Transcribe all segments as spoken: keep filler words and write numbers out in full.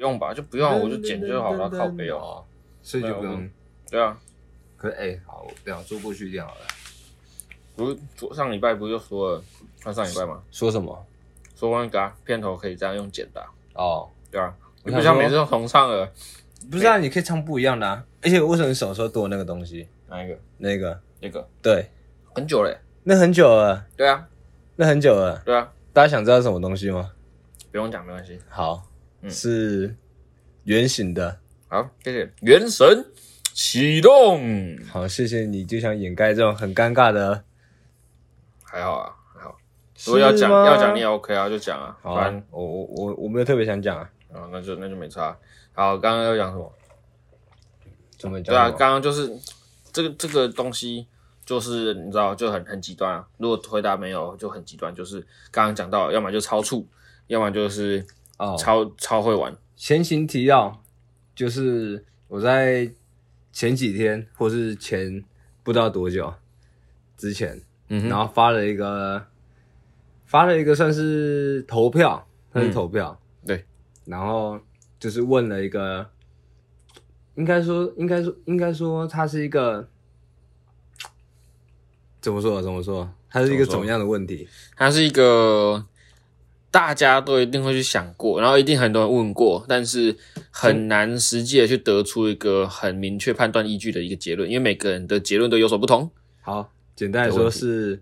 用吧，就不用我就剪就好了，靠背哦， 所以就不用。 对啊， 可是哎、欸，好，这样做过去这样好了。 不是上礼拜不是就说了，上上礼拜吗？ 说什么？ 说那个、啊、片头可以这样用剪的、啊、 哦， 对啊，你不像每次都重唱了。 不是啊，你可以唱不一样的啊。而且为什么你手说多那个东西？ 哪一个？ 那个， 那个， 对， 很久了、欸。 那很久了。 对啊， 那很久了。 对啊， 大家想知道什么东西吗？ 不用讲，没关系。 好， 嗯、 是圆形的。 好，谢谢。原神启动。 好，谢谢你，就想掩盖这种很尴尬的。 还好啊，还好。如果要讲要讲你也 OK 啊，就讲啊。 好啊，我我我我没有特别想讲啊。 啊，那就那就没差。好，刚刚要讲什么？ 怎么讲？ 对啊，刚刚就是这个这个东西，就是你知道就很很极端啊。如果回答没有就很极端，就是刚刚讲到，要么就超处，要么就是哦超超会玩。 前情提要，就是我在前几天或是前不知道多久之前， 嗯， 然后发了一个发了一个算是投票，算是投票， 嗯、对， 然后就是问了一个，应该说应该说应该说它是一个怎么说怎么说，它是一个怎么样的问题？ 它是一个大家都一定会去想过，然后一定很多人问过，但是很难实际的去得出一个很明确判断依据的一个结论，因为每个人的结论都有所不同。 好，简单来说是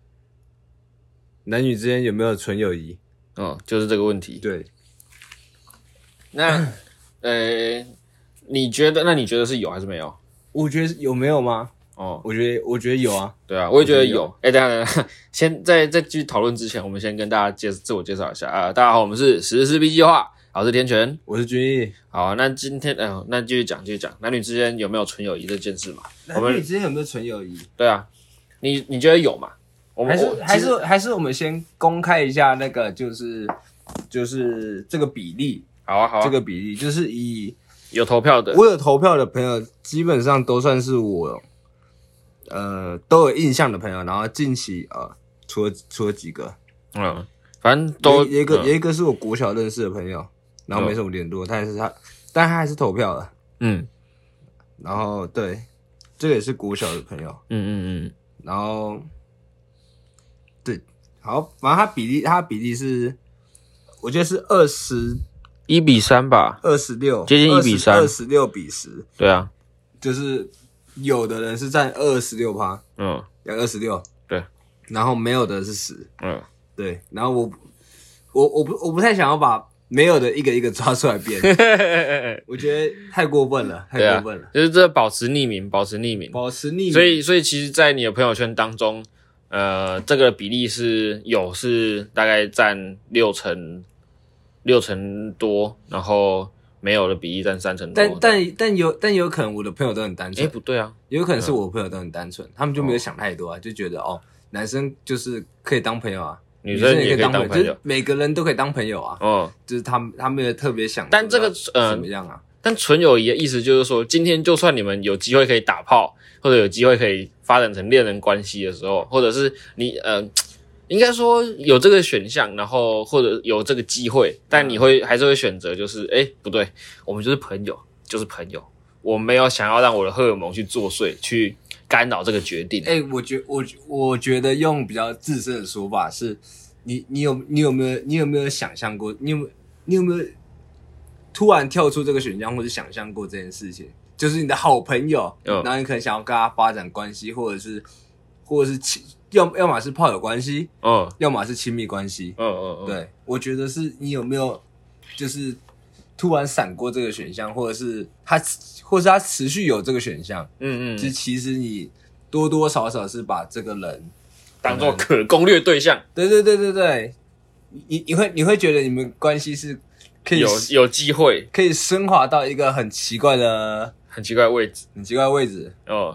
男女之间有没有纯友谊？ 嗯，就是这个问题。 对。 那呃，你觉得？那你觉得是有还是没有？ 我觉得有没有吗？ 哦， 我觉得我觉得有啊。 对啊，我也觉得有。哎、欸，等一下等一下，先在在继续讨论之前，我们先跟大家介自我介绍一下啊、呃。大家好，我们是实施 B 计划，我是天全， 我是君毅。 好，那今天呃，那继续讲，继续讲男女之间有没有纯友谊这件事嘛？ 男女之间有没有纯友谊？ 对啊，你你觉得有嘛？我们还是还是还是我们先公开一下那个，就是就是这个比例。 好啊好啊， 这个比例就是以有投票的， 我有投票的朋友，基本上都算是我呃都有印象的朋友，然后近期呃除了除了几个， 嗯，反正都有一个、 嗯、 有一个是我国小认识的朋友，然后没什么联络，但是他但他还是投票了， 嗯， 然后对，这个也是国小的朋友， 嗯嗯嗯， 然后对，好，反正他比例他比例是，我觉得是二十。 一比三吧， 二十六， 接近一比三， 二十六比十。对啊， 就是有的人是占二十六趴，嗯，有二十六， 对， 然后没有的是十， 嗯， 对，然后我我我不我不太想要把没有的一个一个抓出来编，我觉得太过分了，太过分了， 啊、就是这保持匿名，保持匿名， 保持匿名， 所以所以其实，在你的朋友圈当中，呃，这个比例是有是大概占六成。六成多，然后没有的比例占三成多。 但但但有但有可能我的朋友都很单纯。 哎，不对啊， 有可能是我朋友都很单纯，他们就没有想太多啊，就觉得哦，男生就是可以当朋友啊， 女生也可以当朋友， 就是每个人都可以当朋友啊。 哦， 就是他们他们也特别想， 但这个呃怎么样啊？ 但纯友谊的意思就是说，今天就算你们有机会可以打炮，或者有机会可以发展成恋人关系的时候，或者是你呃。应该说有这个选项，然后或者有这个机会，但你会还是会选择，就是哎不对，我们就是朋友，就是朋友，我没有想要让我的荷尔蒙去作祟，去干扰这个决定。 哎、欸，我觉我我觉得用比较自身的说法是，你你有你有没有你有没有想象过，你有没有你有没有突然跳出这个选项，或者想象过这件事情？就是你的好朋友，嗯、然后你可能想要跟他发展关系，或者是或者是亲。要要么是炮友关系，嗯，要么是亲密关系， 嗯嗯嗯， 对，我觉得是你有没有就是突然闪过这个选项，或者是他，或者是他持续有这个选项，嗯嗯，就其实你多多少少是把这个人当做可攻略对象， 对对对对对，你你会你会觉得你们关系是可以有有机会可以升华到一个很奇怪的很奇怪的位置， 很奇怪的位置哦。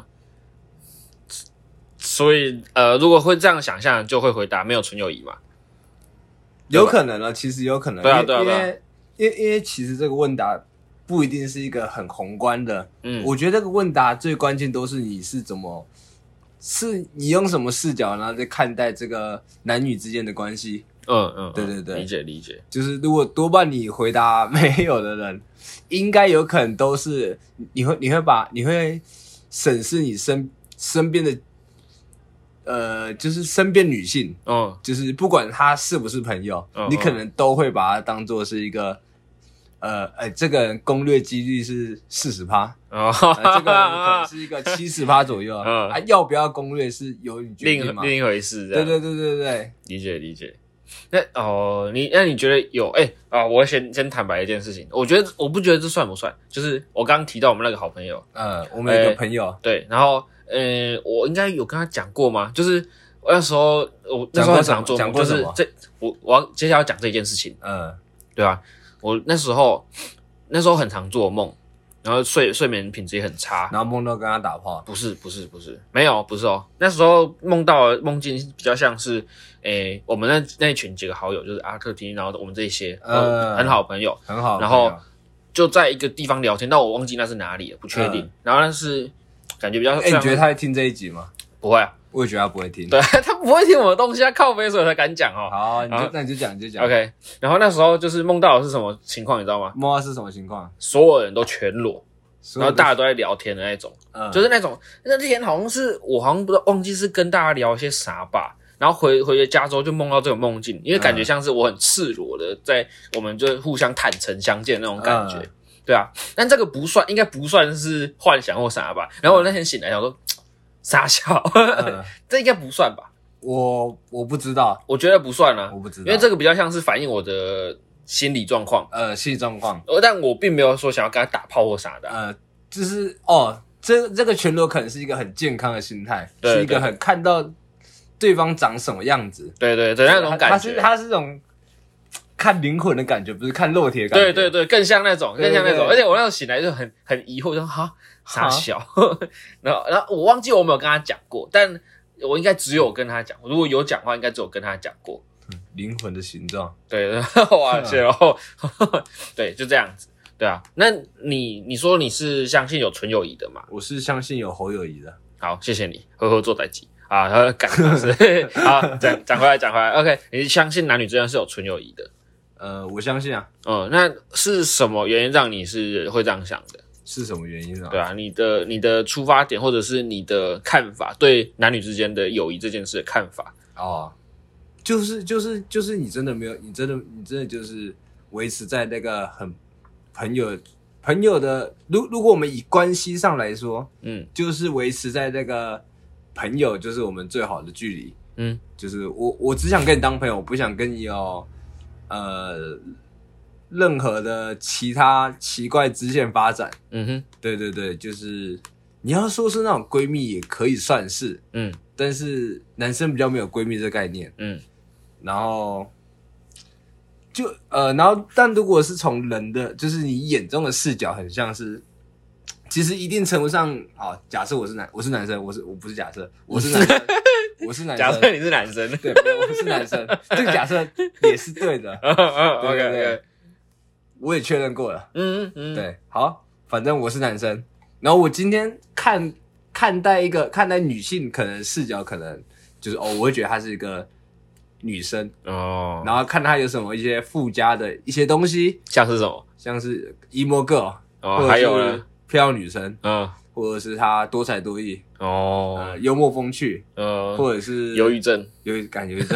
所以，呃，如果会这样想象，就会回答没有纯友谊嘛？ 有可能啊，其实有可能。 对啊，对啊，对啊。 因为，因为，因为其实这个问答不一定是一个很宏观的。嗯，我觉得这个问答最关键都是你是怎么，是你用什么视角，然后在看待这个男女之间的关系。 嗯嗯， 对对对， 理解理解。 就是如果多半你回答没有的人，应该有可能都是你会你会把你会审视你身身边的。呃，就是身边女性， 嗯， 就是不管她是不是朋友， 嗯、 你可能都会把她当做是一个，呃，呃，这个人攻略几率是四十趴， 哦、 呃，这个人可能是一个七十趴左右， 嗯、 啊，要不要攻略是由你决定嘛， 另另一回事， 对对对对对， 理解理解。那哦，你那你觉得有哎啊、欸？我先先坦白一件事情，我觉得我不觉得这算不算，就是我刚刚提到我们那个好朋友， 呃，我们有一个朋友， 欸、对，然后。呃，我应该有跟他讲过吗？就是我那时候，我那时候很常做梦，就是这我我要接下来要讲这件事情， 嗯， 对吧？我那时候那时候很常做梦，然后睡睡眠品质也很差， 然后梦到跟他打炮， 不是不是不是，没有不是哦，那时候梦到的梦境比较像是，诶，我们那那一群几个好友，就是阿克提，然后我们这些呃很好朋友， 很好， 然后就在一个地方聊天，但我忘记那是哪里了，不确定，嗯、然后那是。感觉比较，哎、 欸，你觉得他会听这一集吗？ 不会啊， 我也觉得他不会听。 对，他不会听我的东西，他靠背所以才敢讲哦。 好，你就那你就讲，你就讲。 OK， 然后那时候就是梦到的是什么情况，你知道吗？ 梦到是什么情况？ 所有人都全裸，然后大家都在聊天的那种，嗯，就是那种那天好像是我好像不知道忘记是跟大家聊一些啥吧。然后回回加州就梦到这种梦境，因为感觉像是我很赤裸的在我们就互相坦诚相见那种感觉。嗯对啊，但这个不算，应该不算是幻想或啥吧。然后我那天醒来想说，傻笑，嗯、这应该不算吧？ 我我不知道， 我觉得不算啊， 我不知道， 因为这个比较像是反映我的心理状况， 呃，心理状况。 但我并没有说想要跟他打炮或啥的、啊， 呃，就是哦，这这个全裸可能是一个很健康的心态， 对对是一个很看到对方长什么样子， 对对对，那种感觉， 他是他是这种。看灵魂的感觉，不是看肉体的感觉。 对对对，更像那种，更像那种。而且我那时候醒来就很很疑惑，就说哈傻小。然后然后我忘记我有没有跟他讲过，但我应该只有跟他讲。如果有讲话，应该只有跟他讲过。 灵、嗯、魂的形状。对， 哇塞，然后对，就这样子。对啊，那你你说你是相信有纯友谊的嘛？ 我是相信有侯友谊的。 好，谢谢你，呵呵做代机啊，然后感是好讲讲回来讲回来 ，OK， 你相信男女之间是有纯友谊的？ 呃，我相信啊。 嗯，那是什么原因让你是会这样想的？ 是什么原因啊？ 对啊，你的你的出发点或者是你的看法，对男女之间的友谊这件事的看法。 哦，就是就是就是你真的没有，你真的你真的就是维持在那个很朋友朋友的，如如果我们以关系上来说，嗯，就是维持在那个朋友就是我们最好的距离。嗯，就是我我只想跟你当朋友，我不想跟你有。呃，任何的其他奇怪支线发展，嗯哼，对对对，就是你要说是那种闺蜜也可以算是，嗯，但是男生比较没有闺蜜这个概念，嗯，然后就呃，然后但如果是从人的，就是你眼中的视角，很像是，其实一定程度上，好，假设我是男，我是男生，我是我不是假设，我是男生。我是男生， 假设你是男生， 对，我是男生，这个假设也是对的。 嗯嗯 ，OK OK， 我也确认过了。 嗯嗯， 对，好，反正我是男生。然后我今天看看待一个看待女性，可能视角可能就是哦，我会觉得她是一个女生哦，然后看她有什么一些附加的一些东西， 像是什么， 像是 emo girl， 哦，还有呢， 漂亮女生， 嗯。 或者是他多才多艺哦、呃，幽默风趣，呃，或者是忧郁症， 忧郁感忧郁症，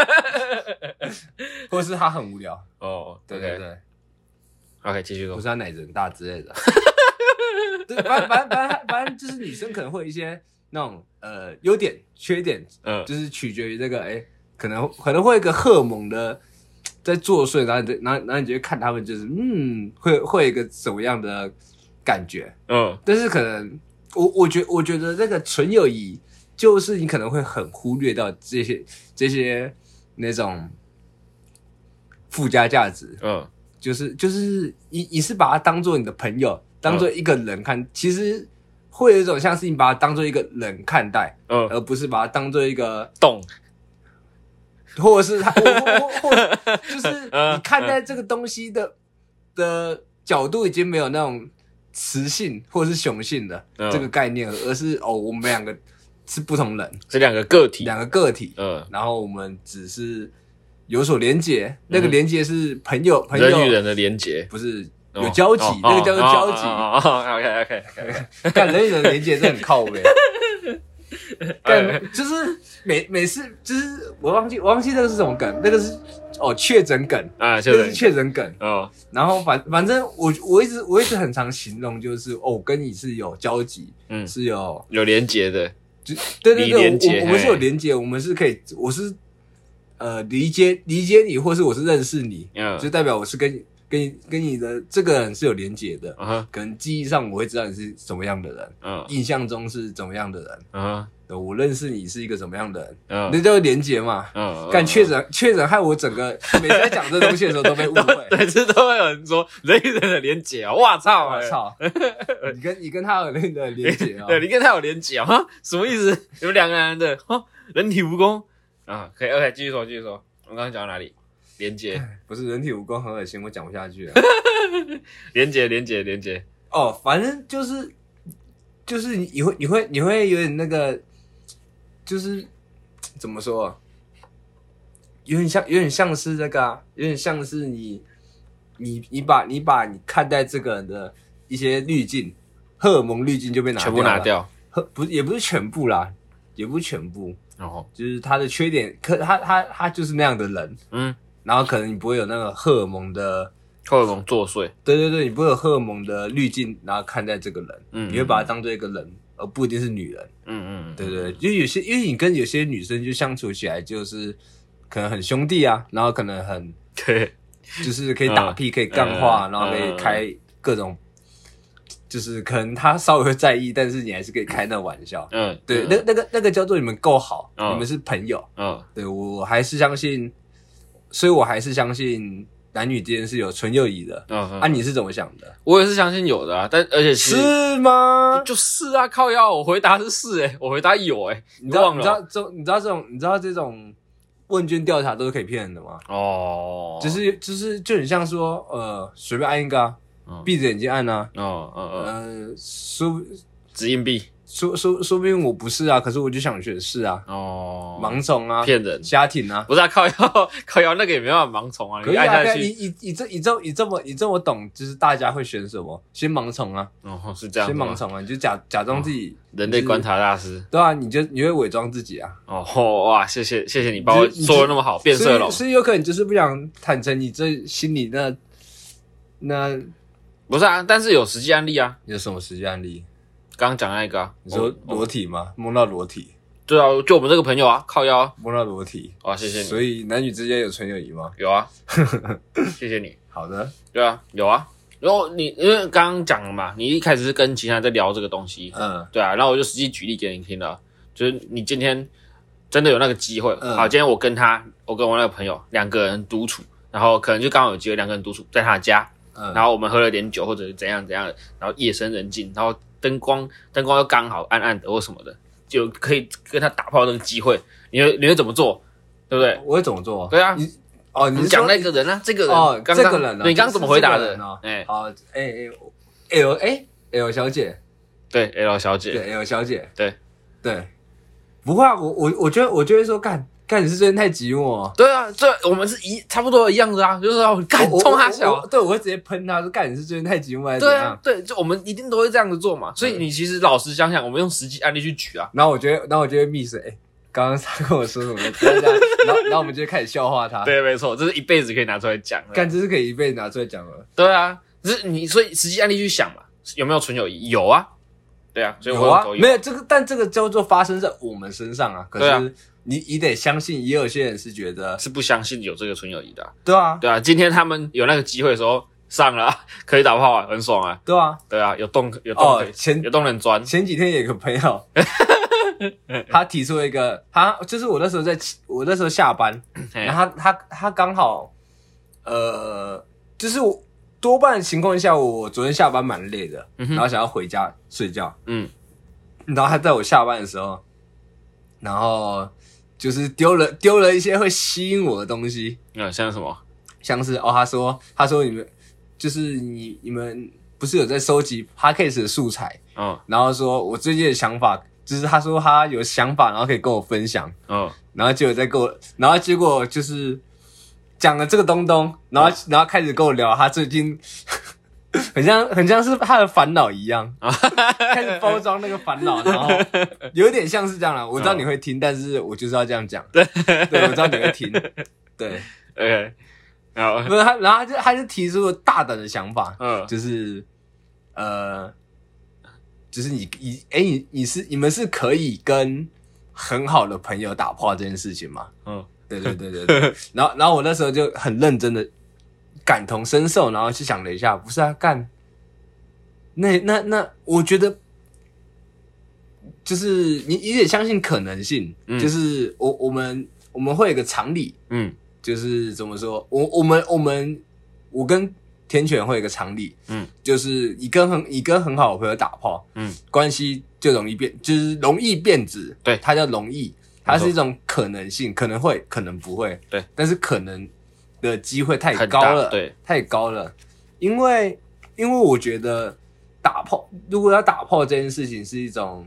或者是他很无聊哦，对对对 ，OK， 继续说， 或是他奶子很大之类的，对，反正反正反正反正就是女生可能会有一些那种呃优点缺点，嗯，就是取决于这个哎、欸，可能可能会有一个荷尔蒙的在作祟，然后你然后然后你就会看他们就是嗯，会会有一个什么样的。感觉，嗯，但是可能我我觉我觉得那个纯友谊，就是你可能会很忽略到这些这些那种附加价值，嗯，就是就是你你是把他当做你的朋友，当做一个人看，嗯、其实会有一种像是你把他当做一个人看待，嗯，而不是把他当做一个洞， 或者是他，或或或者就是你看待这个东西的的角度已经没有那种。雌性或者是雄性的、嗯、这个概念，而是哦，我们两个是不同人， 是两个个体， 两个个体，嗯，然后我们只是有所连结，那个连结是朋友朋友人与人的连结， 不是有交集，那个叫做交集。 OK OK OK， 干人与人的连结真的很靠北。干就是每每次就是我忘记我忘记那个是什么梗，那个是哦确诊梗啊， 那个是确诊梗哦。 然后反反正我我一直我一直很常形容就是哦，我跟你是有交集，嗯，是有有连结的， 就对对对， 我我们是有连结，我们是可以，我是呃理解理解你，或是我是认识你，嗯，就代表我是跟你。跟你跟你的这个人是有连结的， uh-huh. 可能记忆上我会知道你是什么样的人，嗯、uh-huh. 印象中是怎么样的人，嗯、uh-huh. 我认识你是一个怎么样的人，嗯、uh-huh. 那叫做连结嘛，嗯，干确诊确诊害我整个每次在讲这东西的时候都被误会， 对，这都会有人说人与人的连结啊，哇操， 我操，你跟你跟他有人的连结啊， 对，你跟他有连结啊，什么意思？你们两个人的哈，人体蜈蚣啊，可以 OK， 继续说继续说，我刚刚讲到哪里？连结不是人体蜈蚣很恶心，我讲不下去了。 连结连结连结哦，反正就是就是你会你会你会有点那个，就是怎么说、啊，有点像有点像是那个、啊，有点像是你你你把你把你看待这个人的一些滤镜，荷尔蒙滤镜就被拿掉了， 全部拿掉， 不也不是全部啦，也不是全部， 哦， 就是他的缺点，可他他他就是那样的人，嗯。然后可能你不会有那个荷尔蒙的荷尔蒙作祟， 对对对，你不会有荷尔蒙的滤镜，然后看待这个人，嗯，你会把他当做一个人，而不一定是女人，嗯嗯，对对对，因为有些因为你跟有些女生就相处起来就是可能很兄弟啊，然后可能很对， 就是可以打屁，可以干话，然后可以开各种，就是可能他稍微会在意，但是你还是可以开那个玩笑，嗯，对，那那个那个叫做你们够好，你们是朋友，嗯，对我还是相信。所以我还是相信男女之间是有纯友谊的。嗯嗯，啊，你是怎么想的？ 我也是相信有的啊，但而且是吗？ 就是啊，靠腰，我回答是是诶、欸，我回答有诶、欸， 你知道忘了？ 你知道这你知道这种你知道这种问卷调查都是可以骗人的吗？哦，就是就是就很像说呃，随便按一个、啊，闭、嗯、着眼睛按啊，哦哦哦，呃，说掷硬币。 说说说不定我不是啊，可是我就想选是啊。哦，盲从啊， 骗人， 瞎挺啊， 不是啊，靠腰靠腰那个也没办法盲从啊， 可以啊，你按下去，你你你这你这你这么你这么懂，就是大家会选什么？先盲从啊， 哦，是这样， 先盲从啊，你就假假装自己、 哦、人类观察大师， 对啊，你就你会伪装自己啊。 哦哇，谢谢谢谢你帮我说的那么好，变色龙， 所以有可能就是不想坦诚你这心里那那不是啊，但是有实际案例啊， 有什么实际案例？ 刚刚讲那个、啊， 你说裸体吗？摸到裸体？ 对啊，就我们这个朋友啊，靠腰、啊、 摸到裸体。 哇，谢谢你。 所以男女之间有纯友谊吗？ 有啊，谢谢你。 好的， 对啊，有啊。然后你因为刚刚讲了嘛，你一开始是跟其他人在聊这个东西，嗯，对啊，然后我就实际举例给你听了，就是你今天真的有那个机会，嗯、好，今天我跟他，我跟我那个朋友两个人独处，然后可能就刚好有机会两个人独处在他的家，嗯，然后我们喝了点酒或者是怎样怎样的，然后夜深人静，然后。灯光灯光又刚好暗暗的或什么的，就可以跟他打炮那个机会，你会你会怎么做？对不对？ 我会怎么做？ 对啊， 你哦， 你讲那个人啊，这个人哦， 刚刚这个人、啊， 你刚刚怎么回答的？ 哎，好，哎哎 ，L 哎 L 小姐， 对 L 小姐， 对 L 小姐， 对对，不会啊，我我我觉得我就会说干。干你是最近太寂寞， 对啊，这我们是一差不多一样的啊，就是要干冲他小， 对，我会直接喷他说干你是最近太寂寞还是怎样？ 对啊，对，就我们一定都会这样子做嘛。所以你其实老实想想，我们用实际案例去举啊。 然后我觉得，然后我就会 miss 哎，刚刚他跟我说什么？不要这样，然后然后我们就开始笑话他。 对，没错，这是一辈子可以拿出来讲。 干，这是可以一辈子拿出来讲的。 对啊，就是你所以实际案例去想嘛，有没有纯友谊？有啊，对啊，所以我有啊，没有这个，但这个叫做发生在我们身上啊。可是。你你得相信，也有些人是觉得是不相信有这个纯友谊的、啊， 对啊， 对啊。今天他们有那个机会的时候上了，可以打炮啊，很爽啊， 对啊， 对啊，有洞有洞可以， 哦、前有洞能钻。 前几天有个朋友，他提出了一个，他就是我那时候在，我那时候下班，然后他他他刚好，呃，就是我多半情况下，我昨天下班蛮累的，嗯、然后想要回家睡觉，嗯，然后他在我下班的时候，然后。就是丢了丢了一些会吸引我的东西， 嗯，像什么？ 像是哦，他说他说你们就是你你们不是有在收集 podcast 的素材，嗯，然后说我最近的想法就是他说他有想法，然后可以跟我分享，嗯，然后结果再跟我，然后结果就是讲了这个东东，然后、嗯、然后开始跟我聊他最近。很像很像是他的烦恼一样，开始包装那个烦恼，然后有点像是这样啦。我知道你会听，但是我就是要这样讲。对，对，我知道你会听。对 ，OK， 然后不是他，然后他就他就提出了大胆的想法， 嗯， 就是呃，就是你你哎、欸、你你是你们是可以跟很好的朋友打炮这件事情吗？嗯，对对对对对。然后然后我那时候就很认真的。感同身受，然后去想了一下，不是啊，干，那那那，我觉得就是你你得相信可能性，嗯、就是我我们我们会有个常理，嗯，就是怎么说，我我们我们我跟天犬会有个常理，嗯，就是你跟很你跟很好的朋友打炮，嗯，关系就容易变，就是容易变质， 对， 它叫容易，它是一种可能性，可能会，可能不会， 对， 但是可能。的机会太高了， 对， 太高了，因为因为我觉得打炮，如果要打炮这件事情是一种，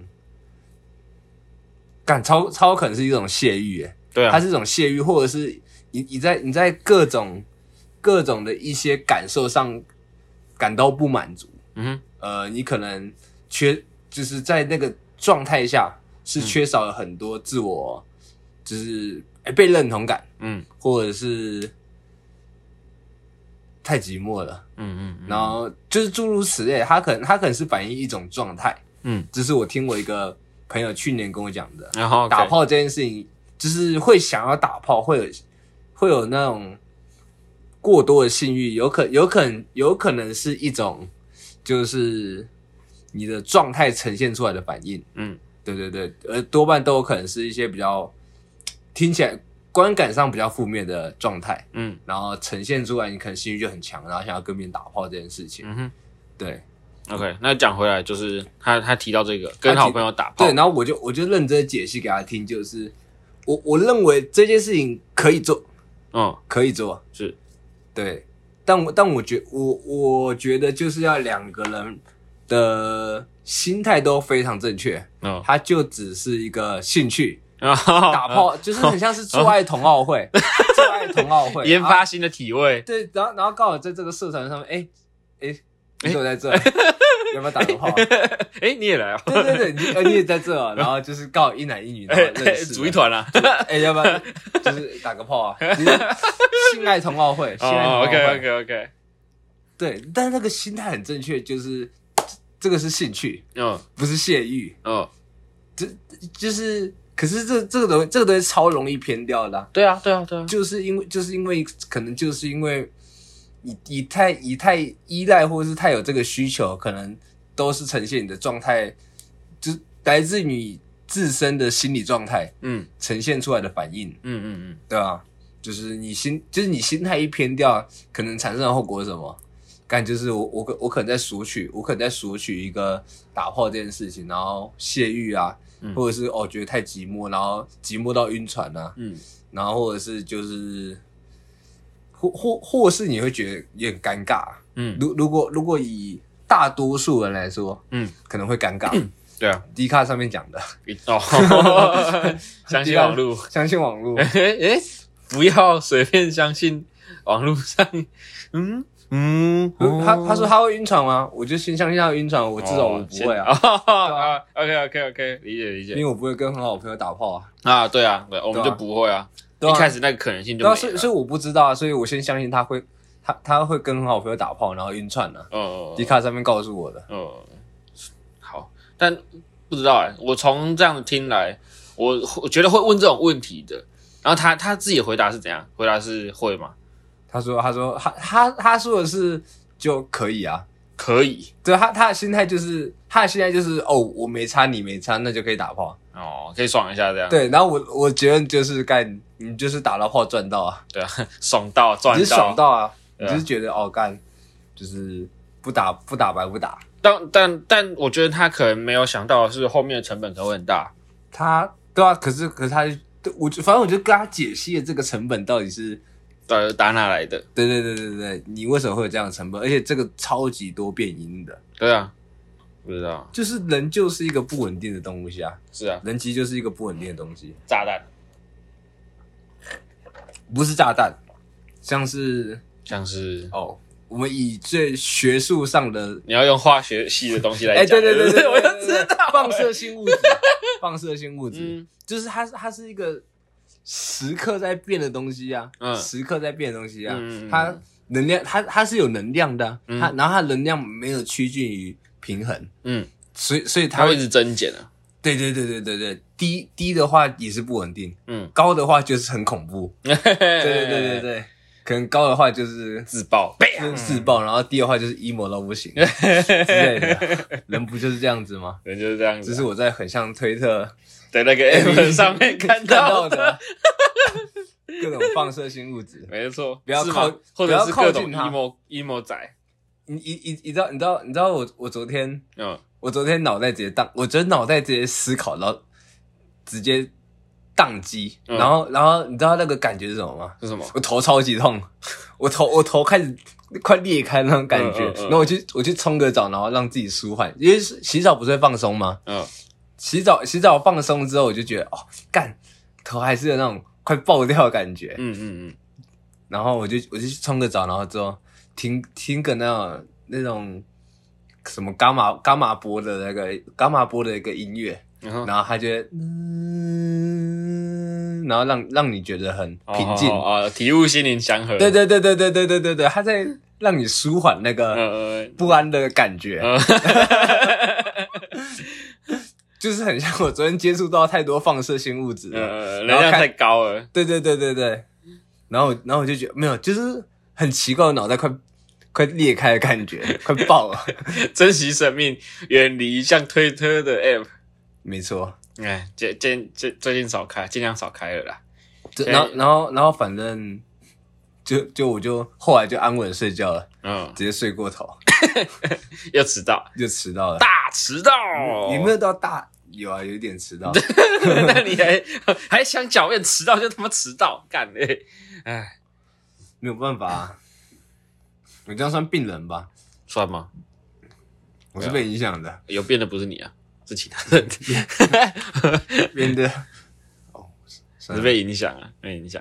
干超超可能是一种泄欲，哎， 对啊， 它是一种泄欲，或者是你你在你在各种各种的一些感受上感到不满足，嗯哼，呃，你可能缺就是在那个状态下是缺少了很多自我，嗯、就是哎被认同感，嗯，或者是。太寂寞了，嗯嗯，然后就是诸如此类，他可能他可能是反映一种状态，嗯，这是我听我一个朋友去年跟我讲的， 然后、okay. 打炮这件事情，就是会想要打炮，会有会有那种过多的性欲，有可有可能有可能是一种，就是你的状态呈现出来的反应，嗯，对对对，而多半都有可能是一些比较听起来。观感上比较负面的状态，嗯，然后呈现出来，你可能性欲就很强，然后想要跟别人打炮这件事情，嗯哼，对 ，OK， 那讲回来就是他他提到这个跟好朋友打炮， 对，然后我就我就认真解析给他听，就是我我认为这件事情可以做，嗯，可以做， 是， 对，但我但我觉我我觉得就是要两个人的心态都非常正确，嗯，他就只是一个兴趣。打炮就是很像是做爱同好会，做爱同好会， 研发新的体位。 对，然后然后刚好在这个社团上面，哎哎，你怎么在这？要不要打个炮？ 哎，你也来啊？ 对对对，你你也在这啊？然后就是刚好一男一女，然后认识， 组一团啦。 哎，要不要就是打个炮啊？性爱同好会，性爱同好会。 OK OK OK。 对，但是那个心态很正确，就是这个是兴趣，嗯，不是泄欲，嗯，这就是。可是这这个东西，这个东西超容易偏掉的、啊。 对啊，对啊，对啊， 就是因为就是因为可能就是因为你你太你太依赖或者是太有这个需求，可能都是呈现你的状态，就来自你自身的心理状态，嗯，呈现出来的反应，嗯嗯嗯，对吧？就是你心就是你心态一偏掉，可能产生的后果是什么？干就是我我可我可能在索取，我可能在索取一个打炮这件事情，然后泄欲啊。嗯、或者是哦觉得太寂寞，然后寂寞到晕船啊，嗯，然后或者是就是或或或是你会觉得有点尴尬，嗯，如如果如果以大多数人来说，嗯，可能会尴尬，嗯、 对啊 ，D 卡上面讲的哦，相信网络， 相信网络， 哎哎，不要随便相信网络上，嗯。 嗯，他他说他会晕船吗？我就先相信他会晕船，我至少我不会啊。 啊 ，OK OK OK， 理解理解。 因为我不会跟很好的朋友打炮啊。 啊，对啊，对，我们就不会啊。一开始那个可能性就没了。 所以所以我不知道啊，所以我先相信他会，他他会跟很好的朋友打炮，然后晕船了。嗯，迪卡上面告诉我的。 嗯，好，但不知道哎，我从这样听来，我我觉得会问这种问题的，然后他他自己回答是怎样？回答是会吗？ 他说：“他说他他他说的是就可以啊， 可以。 对他他的心态就是他的心态就是哦，我没差你没差，那就可以打炮哦，可以爽一下这样。 对，然后我我觉得就是干，你就是打到炮赚到啊， 对啊，爽到赚到， 你是爽到啊，你就是觉得哦干，就是不打不打白不打。 但但但我觉得他可能没有想到的是后面的成本可能会很大。 他对啊，可是可是他我反正我就跟他解析了这个成本到底是。” 呃，打哪来的？ 对对对对对，你为什么会有这样的成本？而且这个超级多变因的。 对啊，不知道， 就是人就是一个不稳定的东西啊。 是啊， 人其实就是一个不稳定的东西。 炸弹， 不是炸弹， 像是像是哦，我们以最学术上的， 你要用化学系的东西来哎、 讲， 对对对对， 我就知道放射性物质，放射性物质， 嗯就是它它是一个时刻在变的东西啊， 嗯时刻在变的东西啊， 嗯嗯它能量它它是有能量的、啊， 嗯它然后它能量没有趋近于平衡， 嗯， 所以所以它它会一直增减啊。 对对对对对对，低低的话也是不稳定， 嗯， 高的话就是很恐怖，对对对对对，可能高的话就是自爆， 就是自爆，然后低的话就是 emo 到不行之类的，人不就是这样子吗？ 人就是这样子啊。 这是我在很像推特在那个 app 上面看看到的， 到的各种放射性物质。 没错， 不要靠是吗或者是各种不要靠近它 emo emo 仔， 你你你你知道你知道你知道我我昨天嗯， 我昨天脑袋直接宕，我昨天脑袋直接思考，然后直接宕机， 嗯然后然后你知道那个感觉是什么吗？ 是什么？ 我头超级痛，我头我头开始快裂开那种感觉， 嗯嗯嗯然后我去我去冲个澡，然后让自己舒缓，因为洗澡不是会放松吗？ 嗯， 洗澡洗澡放松之后，我就觉得哦，干头还是有那种快爆掉的感觉， 嗯嗯嗯， 然后我就我就去冲个澡，然后之后听听个那种那种什么伽马伽马波的那个伽马波的一个音乐， 然后然后它就会嗯，然后让让你觉得很平静， 哦，哦体悟心灵祥和， 对对对对对对对对对，它在让你舒缓那个呃， 不安的感觉， 呃就是很像我昨天接触到太多放射性物质了， 呃，能然后看量太高了， 对对对对对，然后然后我就觉得没有，就是很奇怪，我脑袋快快裂开的感觉，快爆了。 珍惜生命，远离像推特的 app。 没错， 哎，最最最最近少开，尽量少开了啦。 这然后然后然后反正就就我就后来就安稳睡觉了， 嗯， 直接睡过头， 又迟到， 就迟到了。 大迟到， 有没有到大？有啊，有一点迟到。 那你还还想狡辩迟到就他妈迟到，干嘞！哎， 没有办法啊，我这样算病人吧？ 算吗？ 我是被影响的， 有变的不是你啊，是其他人， 变的哦， 是被影响啊，被影响，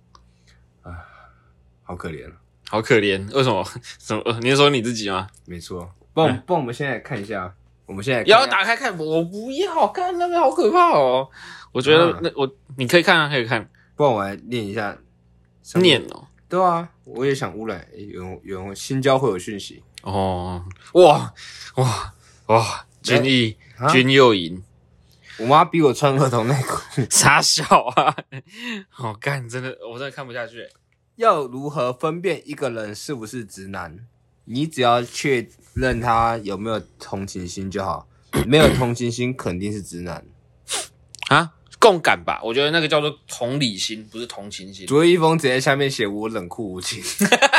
好可怜。 好可怜。为什么？什么？你是说你自己吗？ 没错，不然不然我们现在看一下，我们现在看一要下打开看，我不要看那边好可怕哦。我觉得啊那我你可以看啊，可以看， 不然我来念一下。 念哦。 对啊，我也想污染。诶有人有人新交会有讯息， 哦，哇哇哇！军艺啊军又赢， 我妈逼我穿儿童内裤， 傻小啊！好干，真的，我真的看不下去。 要如何分辨一个人是不是直男？你只要确认他有没有同情心就好，没有同情心肯定是直男。 啊，共感吧，我觉得那个叫做同理心，不是同情心。 卓一峰直接下面写我冷酷无情，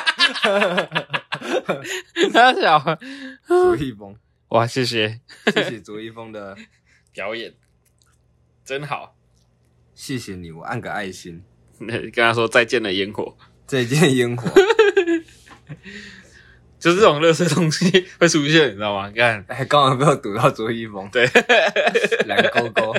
傻小， 卓一峰， 哇，谢谢谢谢卓一峰的， 表演，真好。 谢谢你，我按个爱心， 跟他说再见了烟火， 再见烟火。 就是这种垃圾东西会出现，你知道吗？看， 还刚好被我堵到卓一峰， 对， 蓝勾勾。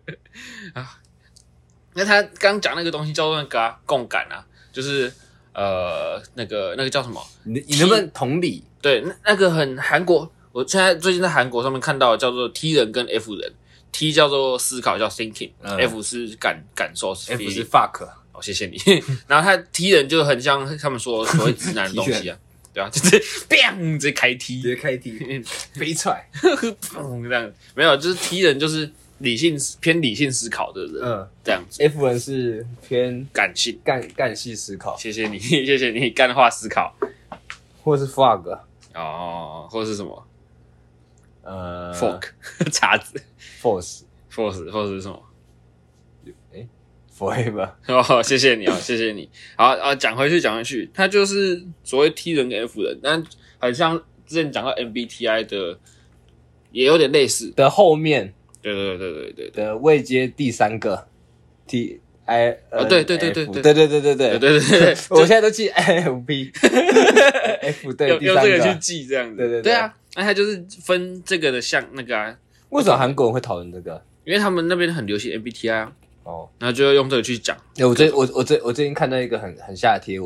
那他刚讲那个东西叫做那个、啊、共感啊，就是呃那个那个叫什么？ 你你能不能同理？ 对，那那个很韩国，我现在最近在韩国上面看到的叫做 T 人跟 F 人 ，T 叫做思考叫 thinking，F、嗯、是感感受是 ，F 是 fuck。 哦，谢谢你。然后他 T 人就很像他们说所谓直男的东西啊，对啊，就是砰直接开踢， 直接开踢，飞踹， 砰这样，没有，就是 T 人就是理性偏理性思考的人，嗯，这样子。 F 人是偏感性干干系思考， 谢谢你，谢谢你干化思考， 或是 fog 哦，或是什么呃 fork 叉子 force force 或者是什么？ 诶 forever 哦，谢谢你哦，谢谢你。好啊，讲回去讲回去，他就是所谓 T 人跟 F 人，但很像之前讲到 M B T I 的，也有点类似的后面。 对对对对对的位阶第三个 T I 哦对对对对对对对对对对对对对， 我现在都记 F P F 对用第三个用这个去记这样子， 对对对啊，那他就是分这个的像那个啊， 为什么韩国人会讨论这个？ 因为他们那边很流行 M B T I 啊， 哦， 然后就要用这个去讲。 我最我我最我最近看到一个很很下的贴文，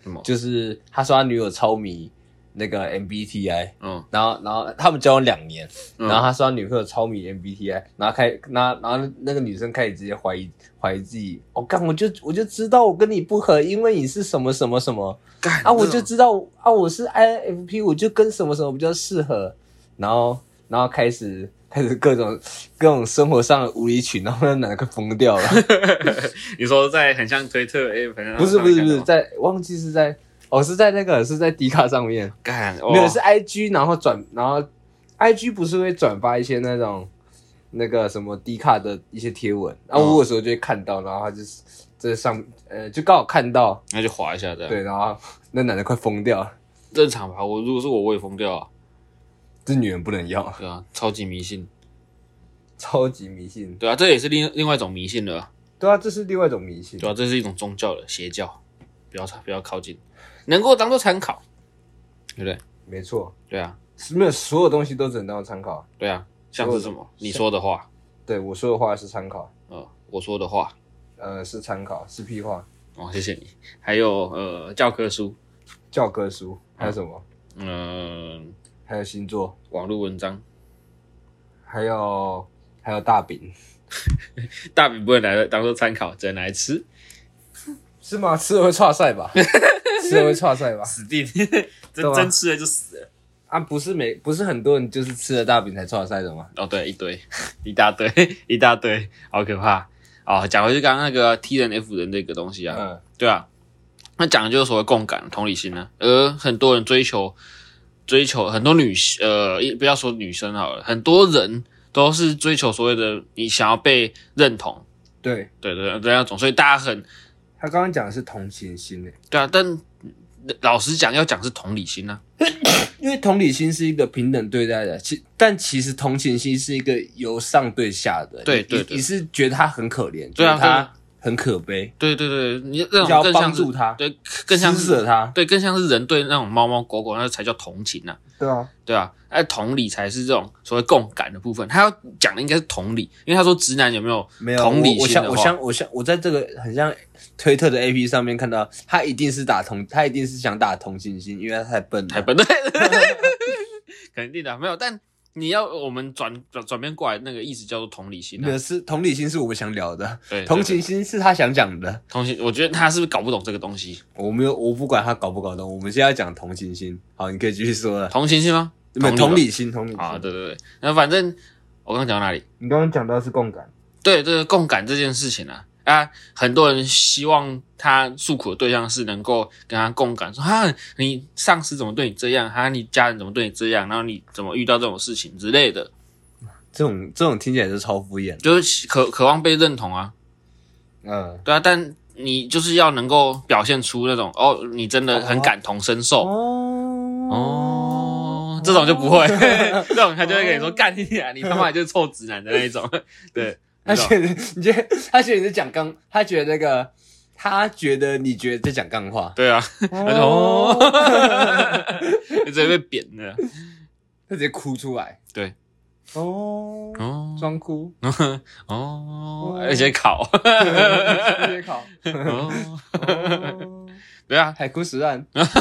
就是他说他女友超迷那个 M B T I， 嗯， 然后然后他们交往两年， 嗯、 然后他说他女朋友超迷 M B T I， 然后开那然后那个女生开始直接怀疑怀疑自己，我、哦、干我就我就知道我跟你不合，因为你是什么什么什么，啊我就知道啊我是 I N F P， 我就跟什么什么比较适合，然后然后开始。开始各种各种生活上的无理取闹，那男的快疯掉了。 你说在很像推特 A， 不是不是不是，在忘记是在哦是在那个是在 D 卡上面， 干、 哦、没有是 I G， 然后转然后 I G 不是会转发一些那种那个什么 D 卡的一些贴文，然后我有时候就会看到，然后他就是在上呃就刚好看到， 那就滑一下这样。 对，然后那男的快疯掉了， 正常吧？我如果是我，我也疯掉啊。 这女人不能要， 对啊，超级迷信， 超级迷信， 对啊，这也是另另外一种迷信了， 对啊，这是另外一种迷信， 对啊，这是一种宗教的邪教，不要不要靠近，能够当做参考，对不对？ 没错， 对啊， 没有所有东西都只能当参考， 对啊，像是什么？你说的话， 对我说的话是参考， 呃，我说的话， 呃，是参考，是屁话， 哦，谢谢你，还有呃教科书， 教科书，还有什么？ 嗯。呃还有星座， 网络文章， 还有还有大饼， 大饼不能来当做参考，只能来吃， 是吗？吃了会剉赛吧？吃了会剉赛吧？ 死定，真真吃了就死了啊！不是每不是很多人就是吃了大饼才剉赛的吗？ 哦，对，一堆，一大堆，一大堆，好可怕哦！讲回去刚刚那个 T 人 F 人这个东西啊，嗯，对啊，那讲的就是所谓共感、同理心呢、啊，而很多人追求。追求很多女呃，不要说女生好了，很多人都是追求所谓的你想要被认同， 对对对对那种，所以大家很， 他刚刚讲的是同情心诶， 对啊，但老实讲要讲是同理心啊， 因为同理心是一个平等对待的，其但其实同情心是一个由上对下的， 对对对， 你是觉得他很可怜， 对啊， 他很可悲， 对对对，你那种更像是帮助他， 对，更像是他， 对，更像是人对那种猫猫狗狗，那才叫同情啊。 对啊， 对啊，那同理才是这种所谓共感的部分。他要讲的应该是同理，因为他说直男有没有同理心的话， 我想我想我在这个很像推特的 A P P 上面看到，他一定是打同，他一定是想打同情心，因为他太笨了， 太笨，对，肯定的没有，但。你要我们转转转变过来，那个意思叫做同理心、啊。 没有，是同理心是我们想聊的， 对， 同情心是他想讲的。 同情，我觉得他是不是搞不懂这个东西？ 我没有，我不管他搞不搞懂，我们现在要讲同情心。好，你可以继续说了。 同情心吗？ 没有同理心，同理心啊，对对对。那反正我刚刚讲到哪里？ 你刚刚讲到是共感。 对，这个共感这件事情啊。啊，很多人希望他诉苦的对象是能够跟他共感，说哈，你上司怎么对你这样，哈，你家人怎么对你这样，然后你怎么遇到这种事情之类的。 这种这种听起来是超敷衍， 就是渴渴望被认同啊， 嗯， 对啊，但你就是要能够表现出那种哦，你真的很感同身受哦哦，这种就不会，这种他就会跟你说干你啊，你他妈就是臭直男的那一种，对， 他觉得你觉得他觉得你在讲杠，他觉得那个他觉得你觉得在讲杠话， 对啊，他就哦，直接被扁了， 他直接哭出来， 对。 哦哦，装哭哦，而且考， 而且考， 哦，对啊， 海枯石烂，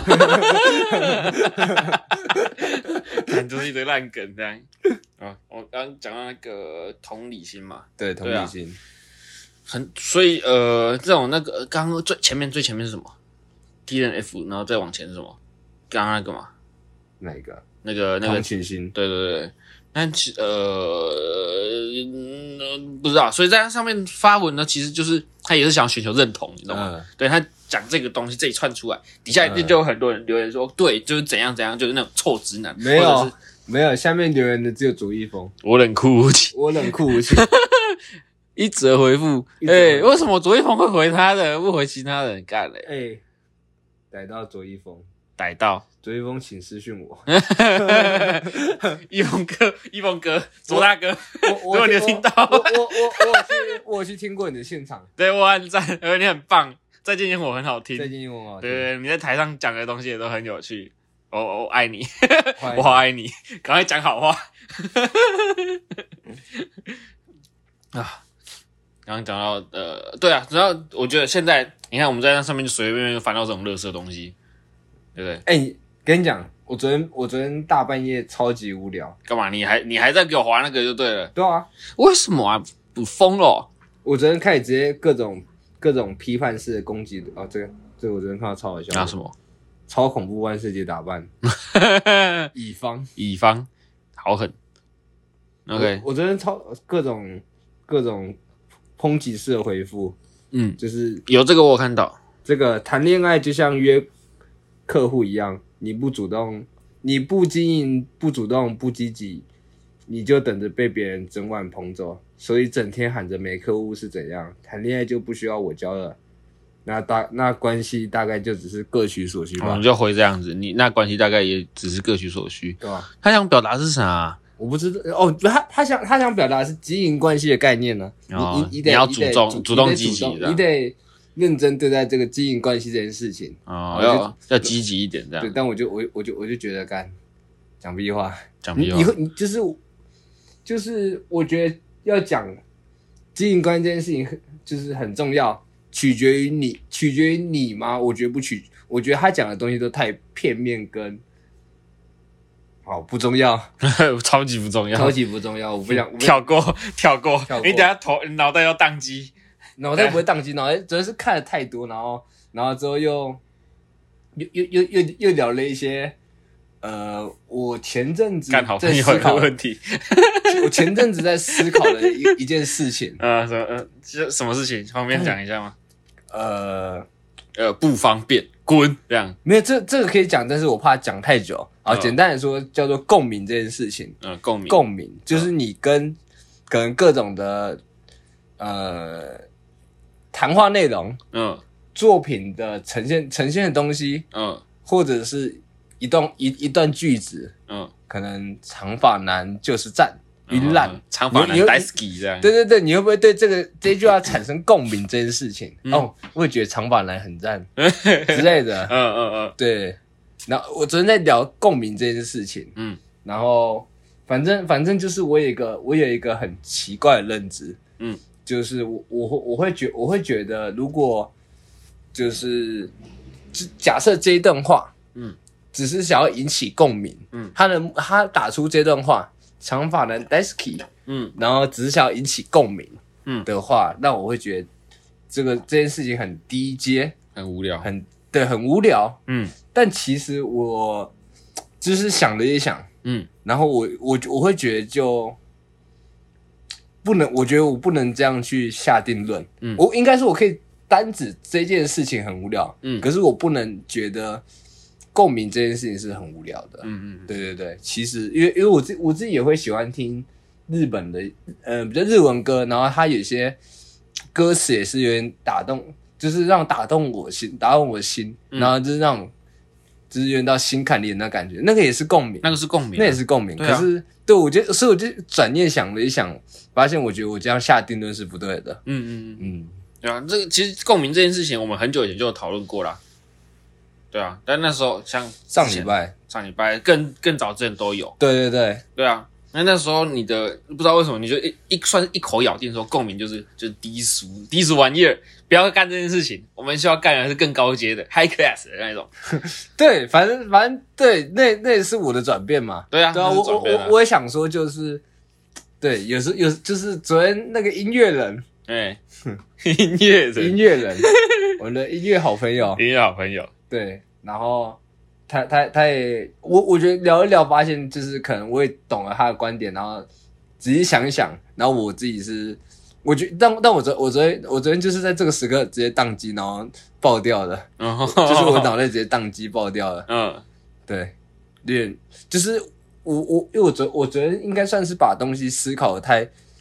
看就是一堆烂梗这样啊。我刚刚讲到那个同理心嘛， 对，同理心， 啊、很所以呃，这种那个刚刚最前面最前面是什么 ？T 人 F， 然后再往前是什么？刚刚那个嘛， 哪一个？ 那个那个同情心， 对对对。但其呃、嗯，不知道，所以在他上面发文呢，其实就是他也是想寻求认同，你知道吗？嗯、对他讲这个东西这一串出来，底下一定就有很多人留言说，嗯、对，就是怎样怎样，就是那种臭直男。 没有，没有，下面留言的只有左一峰， 我冷酷无情， 我冷酷无情。 一则回复，哎、欸，为什么左一峰会回他的，不回其他人？干嘞？ 哎、欸，逮到左一峰。 逮到左一峰，请私讯我。 一峰哥，一峰哥，左大哥， 如果你有听到， 我我我我有去，我有去听过你的现场， 对我很赞，而且你很棒，再见烟火很好听， 再见烟火很好听， 对对，你在台上讲的东西也都很有趣，我我爱你，我好爱你，赶快讲好话。啊， 刚刚讲到呃，对啊，然后我觉得现在你看我们在那上面就随随便便翻到这种垃圾东西，对不对？ 哎、欸，跟你讲，我昨天我昨天大半夜超级无聊， 干嘛？你还你还在给我划那个就对了。 对啊， 为什么啊？不疯了、哦？ 我昨天开始直接各种各种批判式的攻击哦，这个这个我昨天看到超好笑。 拿什么？ 超恐怖万圣节打扮，乙方乙方好狠。OK， 我, 我昨天超各种各种抨击式的回复， 嗯， 就是有这个我有看到。 这个谈恋爱就像约客户一样，你不主动，你不经营，不主动，不积极，你就等着被别人整晚捧走。所以整天喊着没客户是怎样？谈恋爱就不需要我教了。那大那关系大概就只是各取所需吧。 我们、嗯、就回这样子，你那关系大概也只是各取所需， 对吧？ 他想表达是啥、啊？ 我不知道哦，他他想他想表达的是经营关系的概念呢、啊。 哦、 你你得你要主动主主动积极的，你得认真对待这个经营关系这件事情。 哦，要要积极一点这样。 对，但我就我我就我就觉得干讲屁话， 讲屁话。 你你你就是就是我觉得要讲经营关系这件事情，就是很重要，取决于你，取决于你吗？我觉得不取，我觉得他讲的东西都太片面跟。好不重要， 超级不重要， 超级不重要。我不想跳过，跳过。 跳过你等下头脑袋要宕机， 脑袋不会宕机，脑袋主要是看的太多，然后，然后之后又又又又又又聊了一些，呃，我前阵子在思考的问题， 我前阵子在思考的一一件事情， 呃，什么呃，什么事情？方便讲一下吗？ 呃呃，不方便，滚，这样没有这这个可以讲，但是我怕讲太久。好，简单来说叫做共鸣这件事情。 嗯，共鸣， 共鸣就是你跟、嗯、可能各种的呃谈话内容， 嗯， 作品的呈现呈现的东西， 嗯， 或者是一段一一段句子，嗯，可能长发男就是赞，晕烂、嗯， 长发男 daisuki 这样。 对对对，你会不会对这个这句话产生共鸣这件事情？嗯、哦，我也觉得长发男很赞之类的。 嗯嗯嗯， 对。然后我昨天在聊共鸣这件事情，嗯，然后反正反正就是我有一个我有一个很奇怪的认知，嗯，就是我我我会觉我会觉得，如果就是假设这一段话，嗯，只是想要引起共鸣，嗯，他能他打出这段话，长发男 daisuki， 嗯，然后只是想要引起共鸣，嗯的话，那我会觉得这个这件事情很低阶， 很无聊， 很对，很无聊， 嗯。 但其实我就是想了一想，嗯，然后我我我会觉得就不能，我觉得我不能这样去下定论，嗯，我应该说我可以单指这件事情很无聊，嗯，可是我不能觉得共鸣这件事情是很无聊的，嗯嗯，对对对，其实因为因为我自我自己也会喜欢听日本的呃比较日文歌，然后它有些歌词也是有点打动，就是让打动我心，打动我心，嗯、然后就是那种。就是有点到心坎里的那感觉，那个也是共鸣， 那个是共鸣、啊， 那也是共鸣。啊、可是，对我觉得，所以我就转念想了一想，发现我觉得我这样下定论是不对的。嗯嗯嗯， 对啊，这个其实共鸣这件事情，我们很久以前就有讨论过啦。对啊，但那时候像上礼拜、 上礼拜更更早之前都有。 对对对， 对啊。那那时候你的不知道为什么你就一一算是一口咬定说共鸣就是就是低俗低俗玩意儿，不要干这件事情，我们需要干的是更高阶的 high class 的那种。 对，反正反正对，那那也是我的转变嘛。 对啊， 对啊，我我我我也想说就是，对，有时有就是昨天那个音乐人， 哎、欸，音乐人， 音乐人，我的音乐好朋友， 音乐好朋友， 对，然后。他他他也我我觉得聊一聊，发现就是可能我也懂了他的观点，然后仔细想一想，然后我自己是，我觉得但但我昨我昨天我昨天就是在这个时刻直接宕机，然后爆掉的，嗯、就是我脑袋直接宕机爆掉了，嗯，对，有点就是我我因为我昨我昨天应该算是把东西思考的太，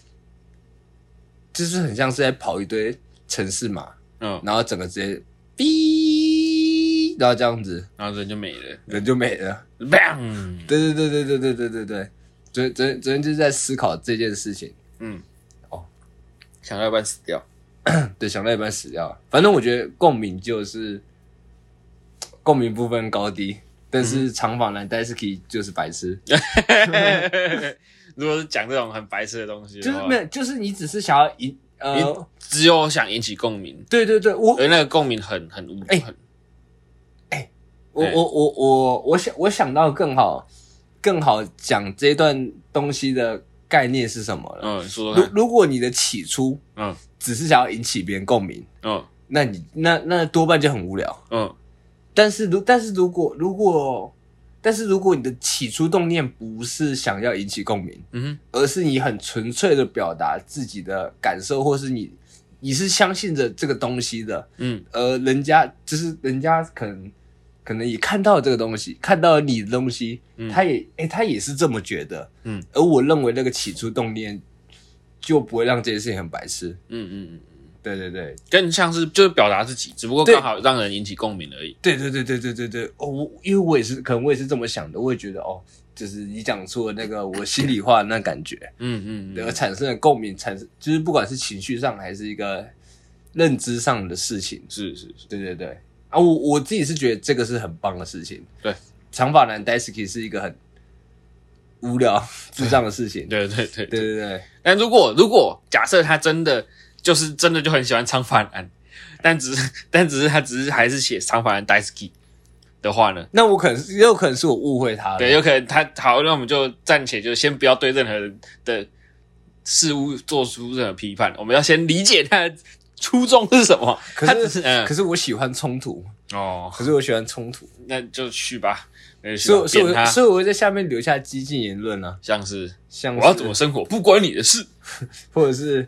就是很像是在跑一堆程式码，嗯，然后整个直接哔。然后这样子， 然后人就没了， 人就没了。 bang！ 对对对对对对对对对，昨昨昨天就是在思考这件事情。嗯， 哦，想到一半死掉， 对，想到一半死掉。反正我觉得共鸣就是共鸣不分高低，但是长发男 daisuki 就是白痴。 如果是讲这种很白痴的东西的， 就是没有，就是你只是想要引呃， 只有想引起共鸣， 对对对，我而那个共鸣很很无哎很哎，我我我我我想我想到更好更好讲这段东西的概念是什么了。 嗯，说说如看， 如果你的起初嗯只是想要引起别人共鸣， 嗯那你那那多半就很无聊。 嗯但是如但是如果如果但是如果你的起初动念不是想要引起共鸣， 嗯哼， 而是你很纯粹的表达自己的感受，或是你你是相信着这个东西的， 嗯而人家就是人家可能可能也看到了这个东西，看到了你的东西， 嗯他也诶、他也是这么觉得， 嗯， 而我认为那个起初动念就不会让这件事情很白痴。 嗯嗯嗯， 对对对更像是就是表达自己，只不过对刚好让人引起共鸣而已。 对对对对对对对哦，我因为我也是可能我也是这么想的，我也觉得哦，就是你讲出了那个我心里话的那感觉， 嗯嗯而嗯， 产生的共鸣，产生就是不管是情绪上还是一个认知上的事情。 是是是， 对对对啊，我我自己是觉得这个是很棒的事情。 对， 长发男 Daisuke 是一个很无聊智障的事情。 对对对对对对， 但如果如果假设他真的就是真的就很喜欢长发男，但只是但只是他只是还是写长发男 Daisuke 的话呢？ 那我可能是也有可能是我误会他了。 对，有可能他好，那我们就暂且就先不要对任何人的事物做出任何批判，我们要先理解他的初衷是什么。 可他只是、 是嗯可是我喜欢冲突， 哦， 可是我喜欢冲突， 那就去吧，那就去所以所以吧扁他， 我所以我会在下面留下激进言论啊， 像是像我要怎么生活不关你的事。 或者是，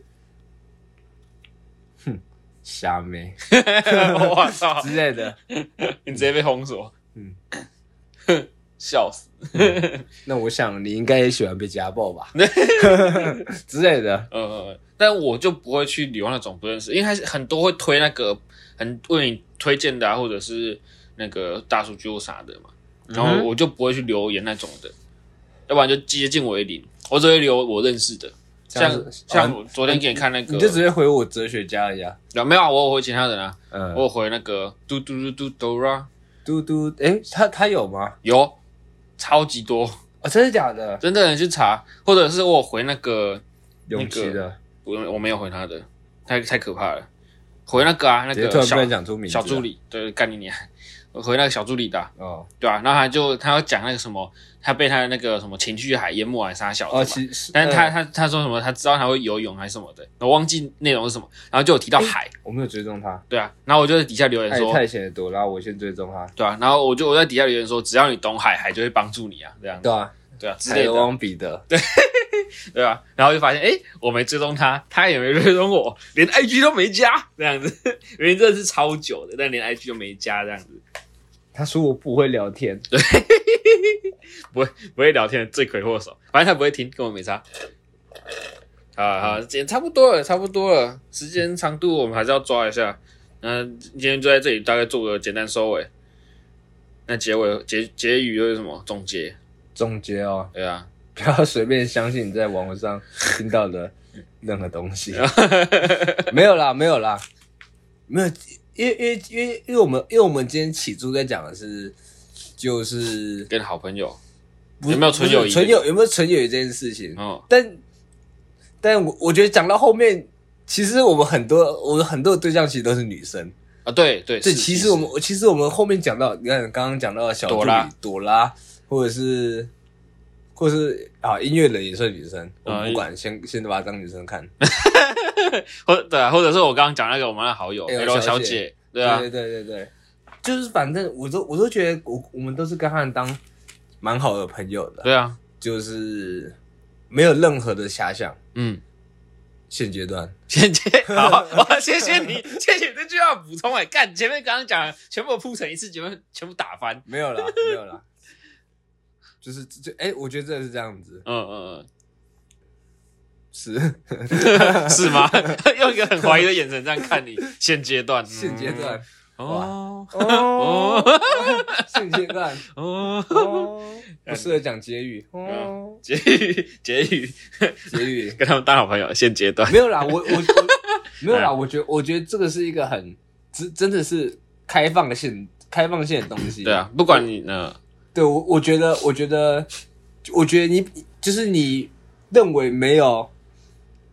哼，瞎妹我操， 之类的。 你直接被封锁， 嗯， 笑死。 那我想你应该也喜欢被家暴吧之类的。 呃，但我就不会去留那种不认识，因为他是很多会推那个很为你推荐的啊，或者是那个大数据或啥的嘛，然后我就不会去留言那种的，要不然就接近为零，我只会留我认识的。像像我昨天给你看那个， 你就直接回我哲学家了呀。 没有啊，我有回其他人啊， 嗯， 我有回那个嘟嘟嘟嘟 Dora， 嘟嘟，诶，他他有吗？ 有超级多， 哦，真的假的？ 真的人去查，或者是我有回那个勇气的， 我我没有回他的，太太可怕了。回那个啊，那直接突然不个小能讲出名字啊小助理，对，干你娘！我回那个小助理的啊、 哦对啊，然后他就他要讲那个什么，他被他的那个什么情绪海淹没还是啥小的嘛哦，其实但是他、 呃他他说什么，他知道他会游泳还是什么的，我忘记内容是什么，然后就有提到海， 我没有追踪他， 对啊，然后我就在底下留言说， 爱太闲的朵拉，我先追踪他。 对啊，然后我就我在底下留言说，只要你懂海，海就会帮助你啊，这样子对啊， 对啊之类的， 海王彼得，对， 对啊，然后就发现，哎，我没追踪他，他也没追踪我，连 I G 都没加，这样子，原来真的是超久的，但连 I G 都没加，这样子， 他说我不会聊天， 不会不会聊天的罪魁祸首，反正他不会听，跟我没差。啊好，今天差不多了，差不多了，时间长度我们还是要抓一下。那今天就在这里大概做个简单收尾。那结尾结结语又是什么？总结？ 总结哦， 对啊， 不要随便相信你在网络上听到的任何东西。没有啦，没有啦，没有，因为因为因为因为我们因为我们今天起初在讲的是，就是跟好朋友不是有没有纯友谊不是纯友有没有纯友谊这件事情？ 哦， 但但我我觉得讲到后面，其实我们很多我们很多的对象其实都是女生。 啊对对， 对， 是其实我们其实我们后面讲到，你看刚刚讲到的小助理朵拉朵拉，或者是或者是啊音乐人也算女生，我们不管，先先把她当女生看。 或对啊，或者是我刚刚讲那个我们的好友 L L 小姐小姐，对啊， 对对对对对，就是反正我都我都觉得我我们都是跟他们当蛮好的朋友的， 对啊， 就是没有任何的遐想。 嗯。 现阶段， 先接好，哇，谢谢你，谢谢你这句话补充哎，干前面刚刚讲的全部铺陈一次，全部全部打翻， 没有啦，没有啦，就是这哎、欸，我觉得真的是这样子， 嗯嗯是嗯，是吗？用一个很怀疑的眼神这样看你，现阶段， 现阶段， 哦哦，现阶段， 哦哦，不适合讲结语，哦， 结语结语结语跟他们当好朋友，现阶段没有啦，我我我没有啦，我觉得我觉得这个是一个很真真的是开放性开放性的东西， 对啊，不管你呢， 对我我觉得我觉得我觉得你就是你认为没有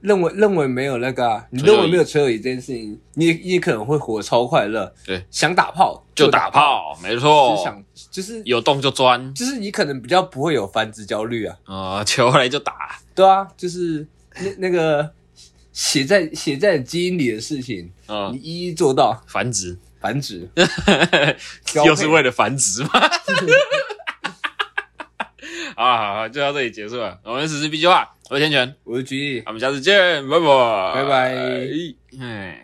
认为认为没有那个、啊，你认为没有纯友谊这件事情，你你也可能会活得超快乐。 对， 想打炮就打打炮，没错。 想就是有洞就钻， 就是你可能比较不会有繁殖焦虑啊。 啊、呃，球来就打。 对啊，就是那那个写在写在基因里的事情， 嗯、 你一一做到繁殖， 繁殖， 又是为了繁殖吗？好好好，就到这里结束了。我们实施必修话，我是天权， 我是菊意， 我们下次见，拜拜， 拜拜。 哎。